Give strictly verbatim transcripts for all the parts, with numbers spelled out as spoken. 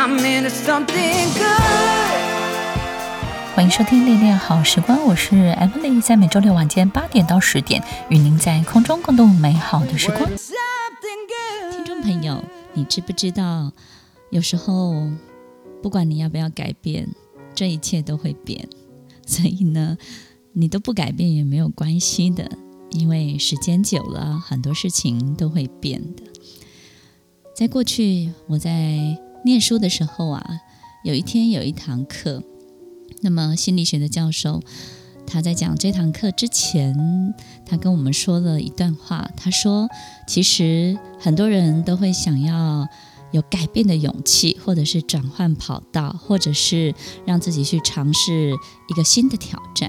I'm into something good。 欢迎收听恋恋好时光，我是 Emily， 在每周六晚间八点到十点，与您在空中共度美好的时光。听众朋友，你知不知道，有时候不管你要不要改变，这一切都会变。所以呢，你都不改变也没有关系的，因为时间久了，很多事情都会变的。在过去，我在念书的时候啊，有一天有一堂课。那么心理学的教授他在讲这堂课之前，他跟我们说了一段话。他说其实很多人都会想要有改变的勇气，或者是转换跑道，或者是让自己去尝试一个新的挑战。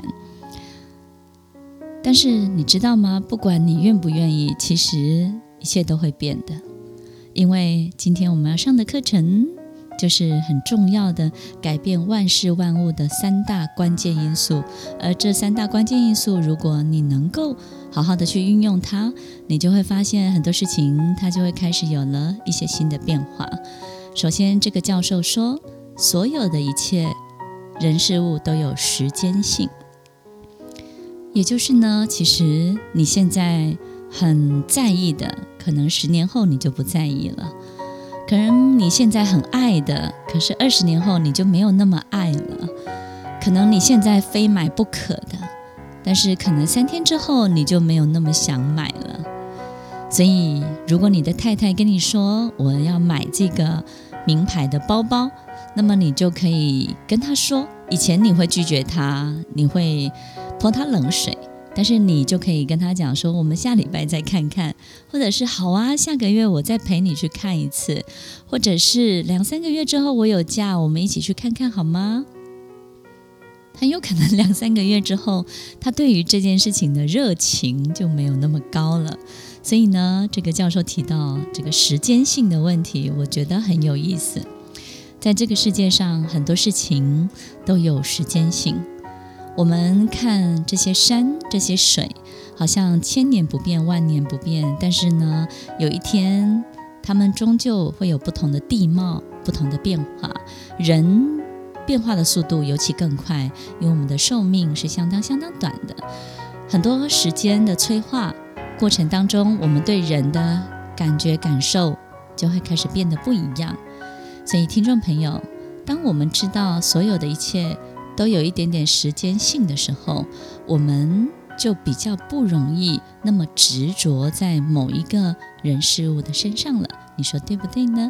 但是你知道吗？不管你愿不愿意，其实一切都会变的。因为今天我们要上的课程就是很重要的改变万事万物的三大关键因素，而这三大关键因素，如果你能够好好的去运用它，你就会发现很多事情它就会开始有了一些新的变化。首先，这个教授说，所有的一切人事物都有时间性，也就是呢，其实你现在很在意的，可能十年后你就不在意了。可能你现在很爱的，可是二十年后你就没有那么爱了。可能你现在非买不可的，但是可能三天之后你就没有那么想买了。所以如果你的太太跟你说我要买这个名牌的包包，那么你就可以跟她说，以前你会拒绝她，你会泼她冷水，但是你就可以跟他讲说，我们下礼拜再看看，或者是好啊，下个月我再陪你去看一次，或者是两三个月之后我有假，我们一起去看看好吗？很有可能两三个月之后，他对于这件事情的热情就没有那么高了。所以呢，这个教授提到这个时间性的问题，我觉得很有意思。在这个世界上，很多事情都有时间性。我们看这些山这些水好像千年不变万年不变，但是呢，有一天它们终究会有不同的地貌，不同的变化。人变化的速度尤其更快，因为我们的寿命是相当相当短的。很多时间的催化过程当中，我们对人的感觉感受就会开始变得不一样。所以听众朋友，当我们知道所有的一切都有一点点时间性的时候，我们就比较不容易那么执着在某一个人事物的身上了。你说对不对呢？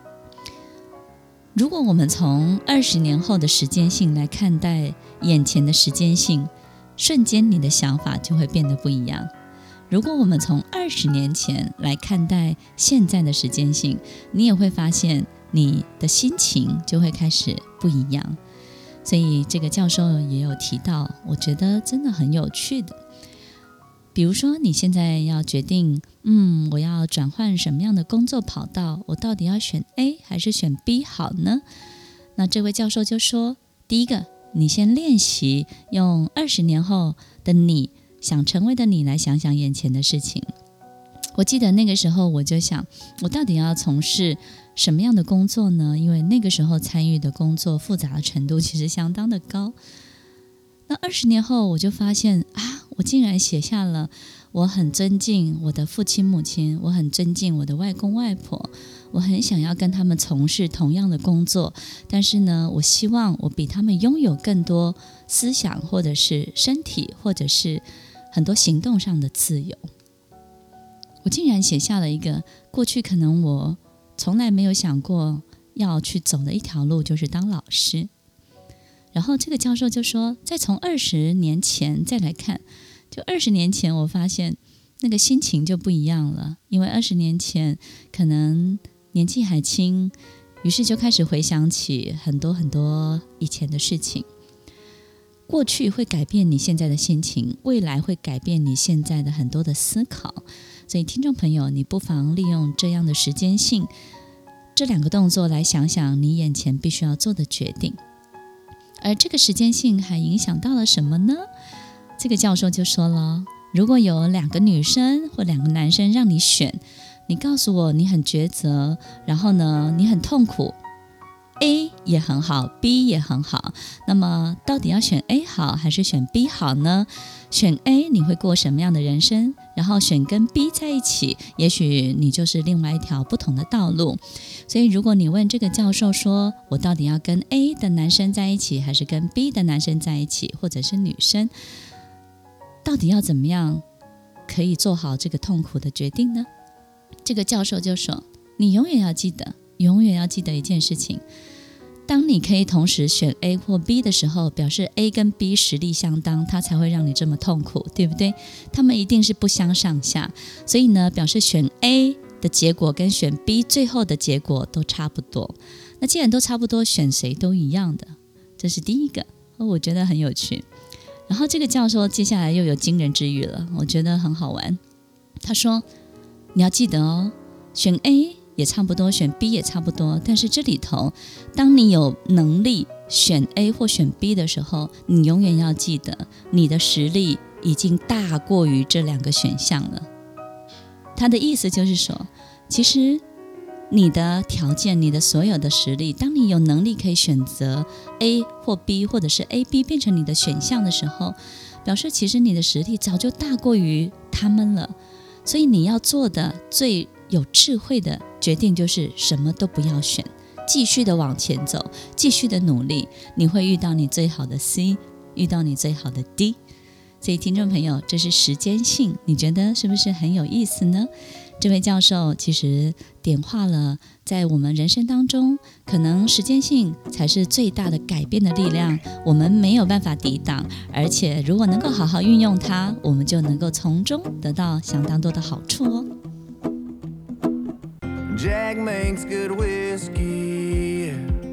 如果我们从二十年后的时间性来看待眼前的时间性，瞬间你的想法就会变得不一样。如果我们从二十年前来看待现在的时间性，你也会发现你的心情就会开始不一样。所以这个教授也有提到，我觉得真的很有趣的。比如说你现在要决定，嗯，我要转换什么样的工作跑道，我到底要选 A 还是选 B 好呢？那这位教授就说，第一个，你先练习用二十年后的你想成为的你来想想眼前的事情。我记得那个时候我就想，我到底要从事什么样的工作呢？因为那个时候参与的工作复杂的程度其实相当的高。那二十年后我就发现啊，我竟然写下了我很尊敬我的父亲母亲，我很尊敬我的外公外婆，我很想要跟他们从事同样的工作，但是呢，我希望我比他们拥有更多思想，或者是身体，或者是很多行动上的自由。我竟然写下了一个过去可能我从来没有想过要去走的一条路，就是当老师。然后这个教授就说，再从二十年前再来看，就二十年前我发现那个心情就不一样了，因为二十年前可能年纪还轻，于是就开始回想起很多很多以前的事情。过去会改变你现在的心情，未来会改变你现在的很多的思考。所以听众朋友，你不妨利用这样的时间性，这两个动作来想想你眼前必须要做的决定。而这个时间性还影响到了什么呢？这个教授就说了，如果有两个女生或两个男生让你选，你告诉我你很抉择，然后呢你很痛苦， A 也很好 B 也很好，那么到底要选 A 好还是选 B 好呢？选 A 你会过什么样的人生？然后选跟 B 在一起，也许你就是另外一条不同的道路。所以如果你问这个教授说，我到底要跟 A 的男生在一起还是跟 B 的男生在一起，或者是女生，到底要怎么样可以做好这个痛苦的决定呢？这个教授就说，你永远要记得永远要记得一件事情，当你可以同时选 A 或 B 的时候，表示 A 跟 B 实力相当，它才会让你这么痛苦，对不对？他们一定是不相上下，所以呢，表示选 A 的结果跟选 B 最后的结果都差不多。那既然都差不多，选谁都一样的，这是第一个，我觉得很有趣。然后这个教授接下来又有惊人之语了，我觉得很好玩。他说，你要记得哦，选 A也差不多，选 B 也差不多，但是这里头当你有能力选 A 或选 B 的时候，你永远要记得你的实力已经大过于这两个选项了。他的意思就是说，其实你的条件，你的所有的实力，当你有能力可以选择 A 或 B， 或者是 A B 变成你的选项的时候，表示其实你的实力早就大过于他们了。所以你要做的最有智慧的决定就是什么都不要选，继续的往前走，继续的努力，你会遇到你最好的 C， 遇到你最好的 D。 所以听众朋友，这是时间性，你觉得是不是很有意思呢？这位教授其实点化了在我们人生当中，可能时间性才是最大的改变的力量，我们没有办法抵挡，而且如果能够好好运用它，我们就能够从中得到相当多的好处哦。Jack makes good whiskey,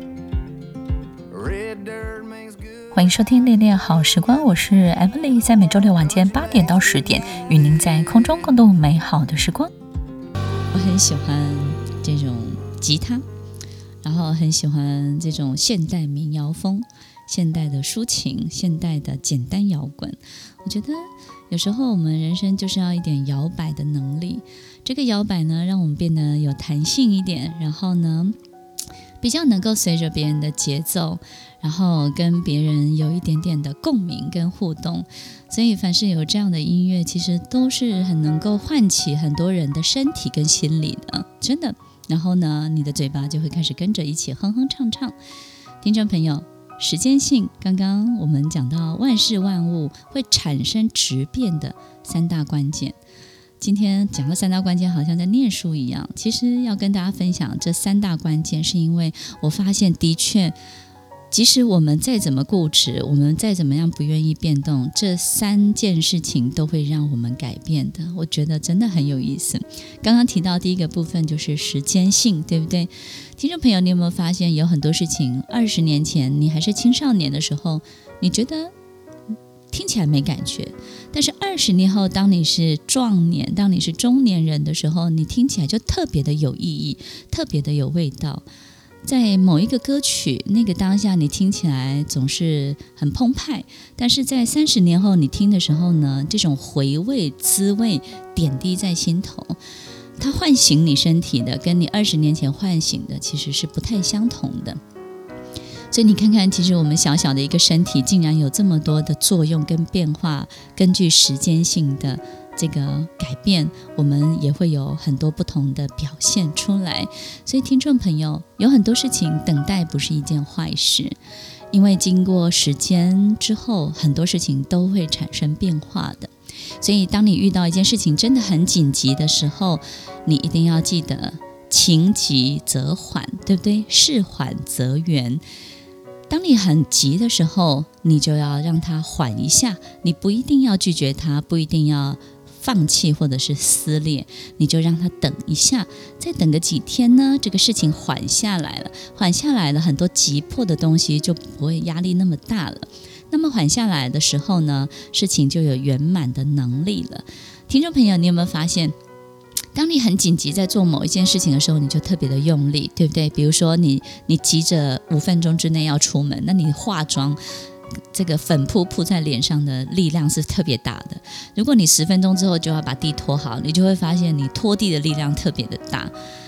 Red Dirt makes good。欢迎收听恋恋好时光，我是 Emily， 在每周六晚间八点到十点，与您在空中共度美好的时光。 我很喜欢这种吉他，然后很喜欢这种现代民谣风，现代的抒情，现代的简单摇滚。我觉得有时候我们人生就是要一点摇摆的能力，这个摇摆呢，让我们变得有弹性一点，然后呢比较能够随着别人的节奏，然后跟别人有一点点的共鸣跟互动。所以凡是有这样的音乐，其实都是很能够唤起很多人的身体跟心理的，真的。然后呢，你的嘴巴就会开始跟着一起哼哼唱唱。听众朋友，时间性，刚刚我们讲到万事万物会产生质变的三大关键，今天讲的三大关键好像在念书一样，其实要跟大家分享这三大关键，是因为我发现的确即使我们再怎么固执，我们再怎么样不愿意变动，这三件事情都会让我们改变的。我觉得真的很有意思。刚刚提到第一个部分就是时间性，对不对？听众朋友，你有没有发现有很多事情二十年前你还是青少年的时候，你觉得听起来没感觉，但是二十年后当你是壮年，当你是中年人的时候，你听起来就特别的有意义，特别的有味道。在某一个歌曲那个当下你听起来总是很澎湃，但是在三十年后你听的时候呢，这种回味滋味点滴在心头，它唤醒你身体的跟你二十年前唤醒的其实是不太相同的。所以你看看，其实我们小小的一个身体竟然有这么多的作用跟变化，根据时间性的这个改变，我们也会有很多不同的表现出来。所以听众朋友，有很多事情等待不是一件坏事，因为经过时间之后，很多事情都会产生变化的。所以当你遇到一件事情真的很紧急的时候，你一定要记得情急则缓，对不对？事缓则圆。当你很急的时候，你就要让它缓一下，你不一定要拒绝它，不一定要放弃或者是撕裂，你就让它等一下，再等个几天呢，这个事情缓下来了，缓下来了，很多急迫的东西就不会压力那么大了。那么缓下来的时候呢，事情就有圆满的能力了。听众朋友，你有没有发现，当你很紧急在做某一件事情的时候，你就特别的用力，对不对？比如说你你急着五分钟之内要出门，那你化妆这个粉扑扑在脸上的力量是特别大的。如果你十分钟之后就要把地拖好，你就会发现你拖地的力量特别的大。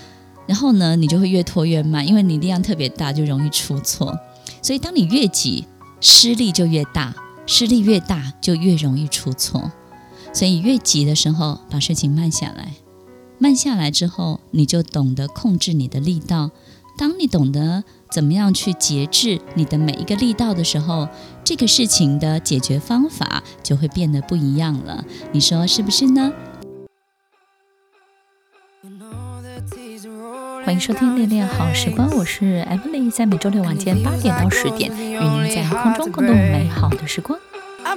然后呢你就会越拖越慢，因为你力量特别大，就容易出错。所以当你越急，施力就越大，施力越大就越容易出错。所以越急的时候，把事情慢下来，慢下来之后，你就懂得控制你的力道。当你懂得怎么样去节制你的每一个力道的时候，这个事情的解决方法就会变得不一样了。你说是不是呢？ 欢迎收听恋恋好时光，我是 Emily， 在每周六晚间八点到十点，与您在空中共度美好的时光。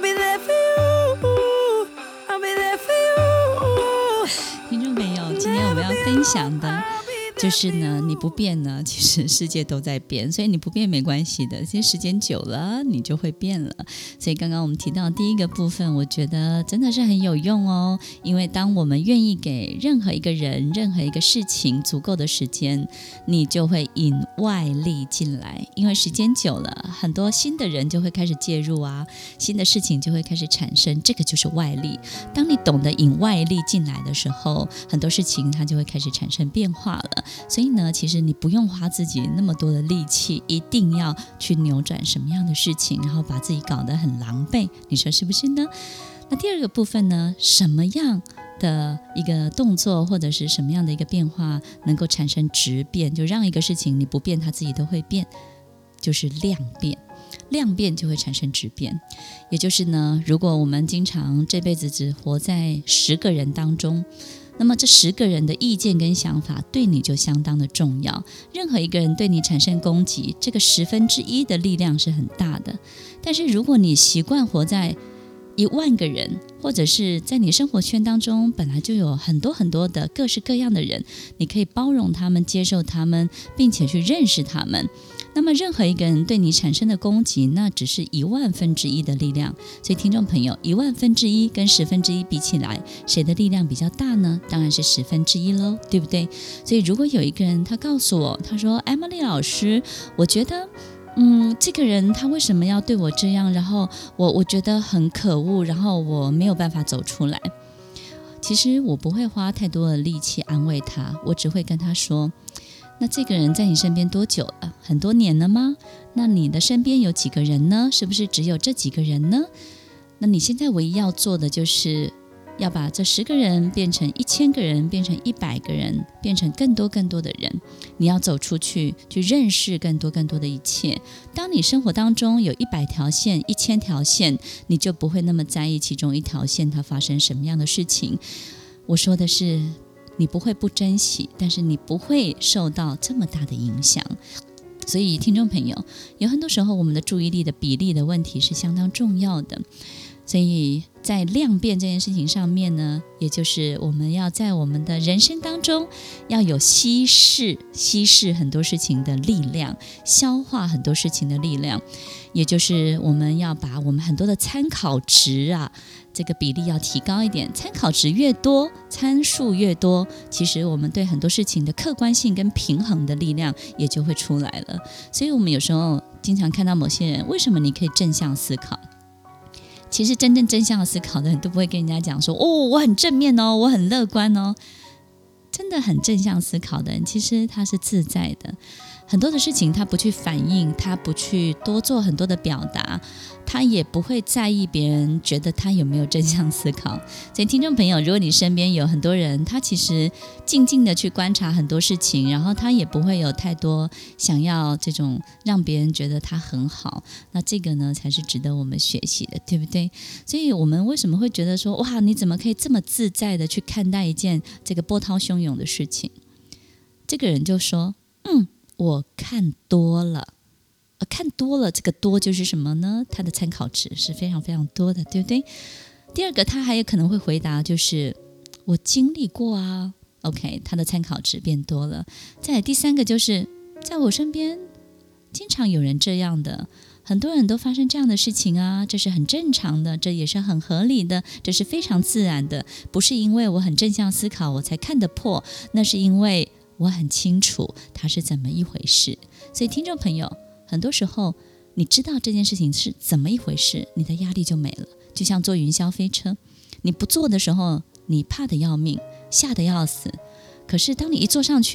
听众朋友，今天我们要分享的就是呢，你不变呢，其实世界都在变，所以你不变没关系的，其实时间久了你就会变了。所以刚刚我们提到第一个部分，我觉得真的是很有用哦，因为当我们愿意给任何一个人、任何一个事情足够的时间，你就会引外力进来，因为时间久了，很多新的人就会开始介入啊，新的事情就会开始产生，这个就是外力。当你懂得引外力进来的时候，很多事情它就会开始产生变化了。所以呢，其实你不用花自己那么多的力气，一定要去扭转什么样的事情，然后把自己搞得很狼狈，你说是不是呢？那第二个部分呢，什么样的一个动作或者是什么样的一个变化能够产生质变，就让一个事情你不变它自己都会变，就是量变。量变就会产生质变，也就是呢，如果我们经常这辈子只活在十个人当中，那么这十个人的意见跟想法对你就相当的重要。任何一个人对你产生攻击，这个十分之一的力量是很大的。但是如果你习惯活在一万个人，或者是在你生活圈当中本来就有很多很多的各式各样的人，你可以包容他们，接受他们，并且去认识他们，那么任何一个人对你产生的攻击，那只是一万分之一的力量。所以听众朋友，一万分之一跟十分之一比起来，谁的力量比较大呢？当然是十分之一咯，对不对？所以如果有一个人他告诉我，他说 Emily 老师，我觉得嗯，这个人他为什么要对我这样，然后我我觉得很可恶，然后我没有办法走出来。其实我不会花太多的力气安慰他，我只会跟他说，那这个人在你身边多久了？很多年了吗？那你的身边有几个人呢？是不是只有这几个人呢？那你现在唯一要做的就是要把这十个人变成一千个人，变成一百个人，变成更多更多的人。你要走出去，去认识更多更多的一切。当你生活当中有一百条线、一千条线，你就不会那么在意其中一条线它发生什么样的事情。我说的是，你不会不珍惜，但是你不会受到这么大的影响。所以听众朋友，有很多时候我们的注意力的比例的问题是相当重要的。所以在量变这件事情上面呢，也就是我们要在我们的人生当中要有稀释稀释很多事情的力量，消化很多事情的力量，也就是我们要把我们很多的参考值啊，这个比例要提高一点。参考值越多，参数越多，其实我们对很多事情的客观性跟平衡的力量也就会出来了。所以我们有时候经常看到某些人，为什么你可以正向思考？其实真正正向思考的人都不会跟人家讲说，哦，我很正面哦，我很乐观哦。真的很正向思考的人，其实他是自在的。很多的事情他不去反应，他不去多做很多的表达，他也不会在意别人觉得他有没有正向思考。所以听众朋友，如果你身边有很多人，他其实静静的去观察很多事情，然后他也不会有太多想要这种让别人觉得他很好，那这个呢才是值得我们学习的，对不对？所以我们为什么会觉得说，哇，你怎么可以这么自在的去看待一件这个波涛汹涌的事情？这个人就说，嗯，我看多了。呃，看多了，这个多就是什么呢？他的参考值是非常非常多的，对不对？第二个，他还有可能会回答，就是我经历过啊 ，OK， 他的参考值变多了。再来第三个，就是在我身边经常有人这样的，很多人都发生这样的事情啊，这是很正常的，这也是很合理的，这是非常自然的，不是因为我很正向思考我才看得破，那是因为我很清楚它是怎么一回事。所以听众朋友，很多时候你知道这件事情是怎么一回事，你的压力就没了。就像坐云霄飞车，你不坐的时候你怕得要命，吓得要死，可是当你一坐上去，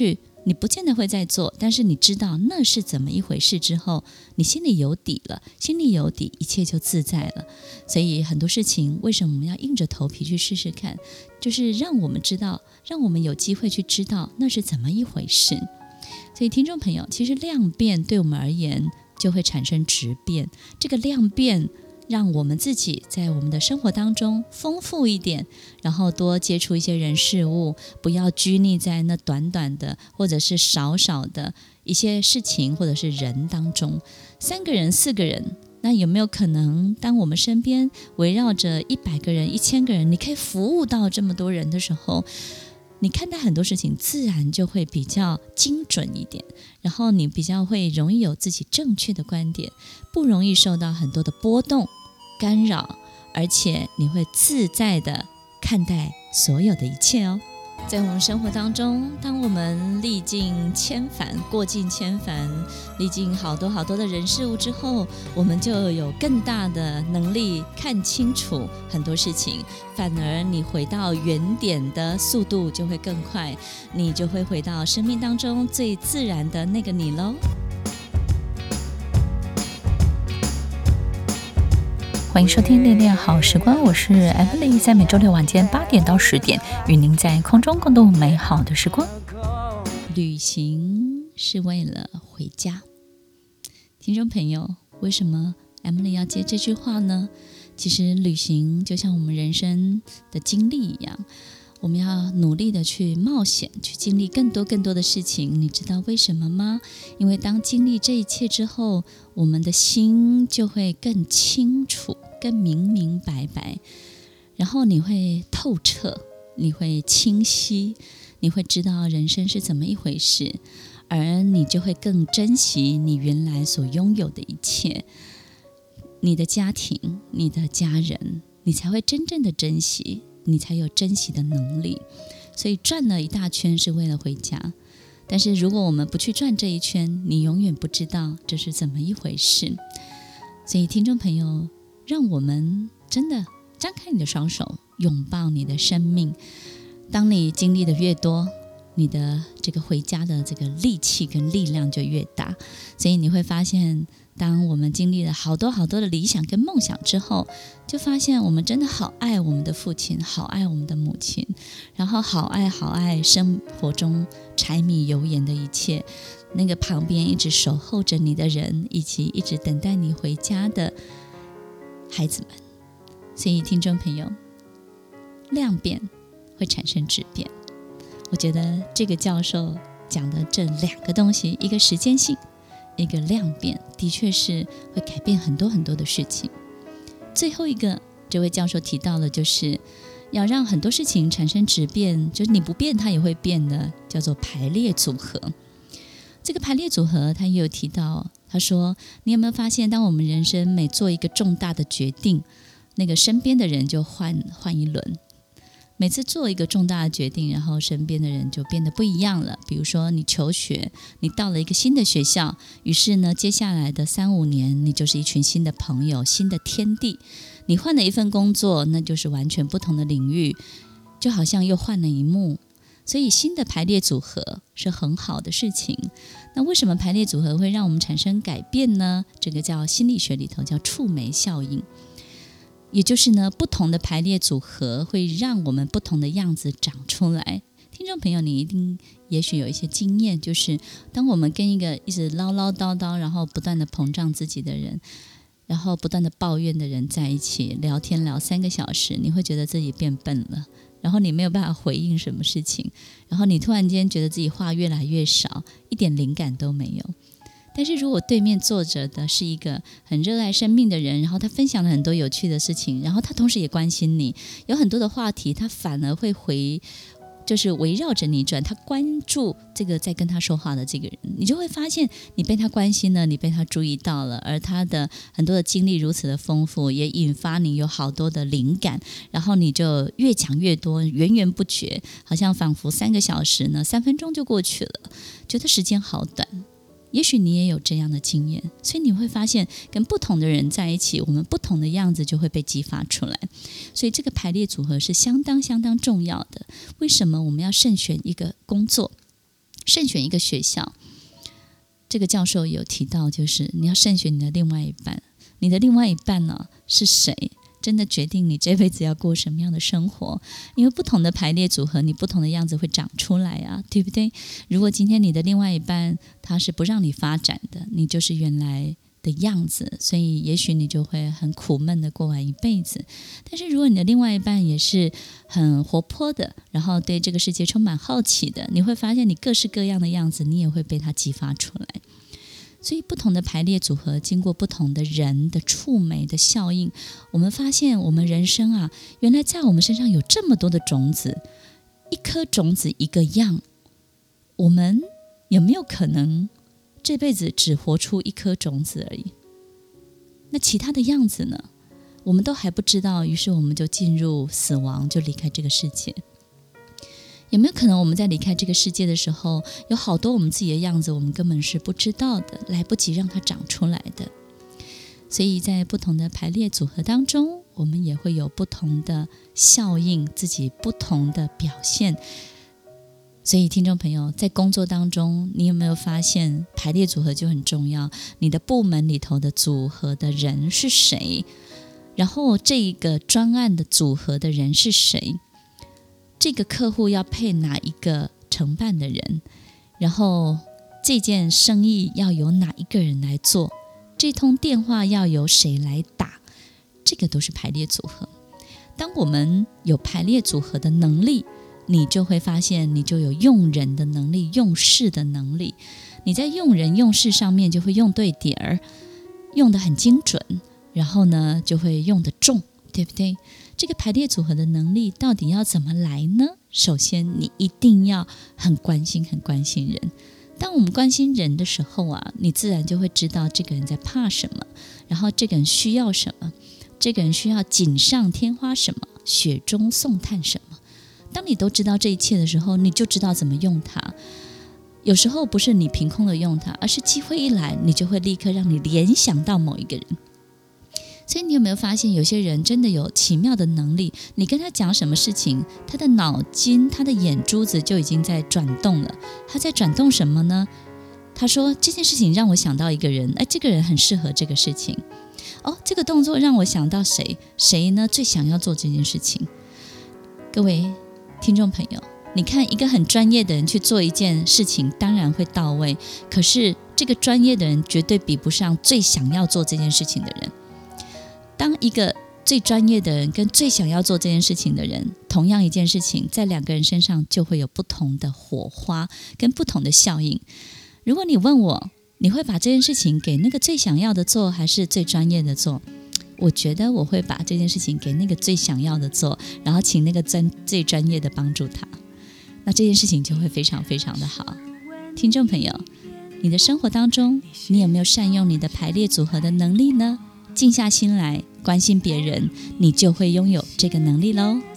你不见得会再做，但是你知道那是怎么一回事之后，你心里有底了，心里有底，一切就自在了。所以很多事情为什么我们要硬着头皮去试试看，就是让我们知道，让我们有机会去知道那是怎么一回事。所以听众朋友，其实量变对我们而言就会产生质变，这个量变让我们自己在我们的生活当中丰富一点，然后多接触一些人事物，不要拘泥在那短短的或者是少少的一些事情或者是人当中。三个人四个人，那有没有可能当我们身边围绕着一百个人一千个人，你可以服务到这么多人的时候，你看待很多事情自然就会比较精准一点，然后你比较会容易有自己正确的观点，不容易受到很多的波动干扰，而且你会自在的看待所有的一切哦。在我们生活当中，当我们历尽千帆过尽千帆，历尽好多好多的人事物之后，我们就有更大的能力看清楚很多事情，反而你回到原点的速度就会更快，你就会回到生命当中最自然的那个你咯。 欢迎收听恋恋好时光，我是 Emily， 在每周六晚间八点到十点，与您在空中共度美好的时光。 旅行是为了回家。听众朋友，为什么 Emily 要接这句话呢？其实旅行就像我们人生的经历一样，我们要努力的去冒险，去经历更多更多的事情。你知道为什么吗？因为当经历这一切之后，我们的心就会更清楚，更明明白白，然后你会透彻，你会清晰，你会知道人生是怎么一回事，而你就会更珍惜你原来所拥有的一切，你的家庭，你的家人，你才会真正的珍惜，你才有珍惜的能力。所以转了一大圈是为了回家，但是如果我们不去转这一圈，你永远不知道这是怎么一回事。所以听众朋友，让我们真的张开你的双手，拥抱你的生命。当你经历的越多，你的这个回家的这个力气跟力量就越大。所以你会发现，当我们经历了好多好多的理想跟梦想之后，就发现我们真的好爱我们的父亲，好爱我们的母亲，然后好爱好爱生活中柴米油盐的一切，那个旁边一直守候着你的人，以及一直等待你回家的孩子们。所以听众朋友，量变会产生质变。我觉得这个教授讲的这两个东西，一个时间性，一个量变，的确是会改变很多很多的事情。最后一个，这位教授提到的就是要让很多事情产生质变，就是你不变它也会变的，叫做排列组合。这个排列组合他也有提到，他说你有没有发现，当我们人生每做一个重大的决定，那个身边的人就换换一轮。每次做一个重大的决定，然后身边的人就变得不一样了。比如说你求学，你到了一个新的学校，于是呢，接下来的三五年，你就是一群新的朋友，新的天地。你换了一份工作，那就是完全不同的领域，就好像又换了一幕。所以新的排列组合是很好的事情。那为什么排列组合会让我们产生改变呢？这个叫心理学里头叫触媒效应。也就是呢，不同的排列组合会让我们不同的样子长出来。听众朋友，你一定也许有一些经验，就是当我们跟一个一直唠唠叨叨，然后不断的膨胀自己的人，然后不断的抱怨的人在一起聊天聊三个小时，你会觉得自己变笨了，然后你没有办法回应什么事情，然后你突然间觉得自己话越来越少，一点灵感都没有。但是如果对面坐着的是一个很热爱生命的人，然后他分享了很多有趣的事情，然后他同时也关心你，有很多的话题他反而会回就是围绕着你转，他关注这个在跟他说话的这个人，你就会发现你被他关心了，你被他注意到了，而他的很多的经历如此的丰富，也引发你有好多的灵感，然后你就越讲越多，源源不绝，好像仿佛三个小时呢三分钟就过去了，觉得时间好短。也许你也有这样的经验，所以你会发现跟不同的人在一起，我们不同的样子就会被激发出来。所以这个排列组合是相当相当重要的。为什么我们要慎选一个工作， 慎选一个学校，这个教授有提到，就是你要慎选你的另外一半。你的另外一半呢是谁，真的决定你这辈子要过什么样的生活。因为不同的排列组合，你不同的样子会长出来啊，对不对？如果今天你的另外一半他是不让你发展的，你就是原来的样子，所以也许你就会很苦闷的过完一辈子。但是如果你的另外一半也是很活泼的，然后对这个世界充满好奇的，你会发现你各式各样的样子，你也会被他激发出来。所以不同的排列组合，经过不同的人的触媒的效应，我们发现我们人生啊，原来在我们身上有这么多的种子，一颗种子一个样。我们有没有可能这辈子只活出一颗种子而已？那其他的样子呢？我们都还不知道，于是我们就进入死亡，就离开这个世界。有没有可能我们在离开这个世界的时候，有好多我们自己的样子我们根本是不知道的，来不及让它长出来的。所以在不同的排列组合当中，我们也会有不同的效应，自己不同的表现。所以听众朋友，在工作当中，你有没有发现排列组合就很重要？你的部门里头的组合的人是谁？然后这一个专案的组合的人是谁？这个客户要配哪一个承办的人？然后这件生意要由哪一个人来做？这通电话要由谁来打？这个都是排列组合。当我们有排列组合的能力，你就会发现你就有用人的能力，用事的能力。你在用人用事上面就会用对点儿，用得很精准，然后呢就会用得重，对不对？这个排列组合的能力到底要怎么来呢？首先你一定要很关心很关心人。当我们关心人的时候啊，你自然就会知道这个人在怕什么，然后这个人需要什么，这个人需要锦上添花什么，雪中送炭什么。当你都知道这一切的时候，你就知道怎么用它。有时候不是你凭空的用它，而是机会一来，你就会立刻让你联想到某一个人。所以你有没有发现，有些人真的有奇妙的能力，你跟他讲什么事情，他的脑筋他的眼珠子就已经在转动了。他在转动什么呢？他说这件事情让我想到一个人，哎，这个人很适合这个事情。哦，这个动作让我想到谁，谁呢最想要做这件事情。各位听众朋友，你看一个很专业的人去做一件事情，当然会到位，可是这个专业的人绝对比不上最想要做这件事情的人。当一个最专业的人跟最想要做这件事情的人，同样一件事情，在两个人身上就会有不同的火花跟不同的效应。如果你问我，你会把这件事情给那个最想要的做，还是最专业的做？我觉得我会把这件事情给那个最想要的做，然后请那个专最专业的帮助他，那这件事情就会非常非常的好。听众朋友，你的生活当中，你有没有善用你的排列组合的能力呢？静下心来关心别人，你就会拥有这个能力咯。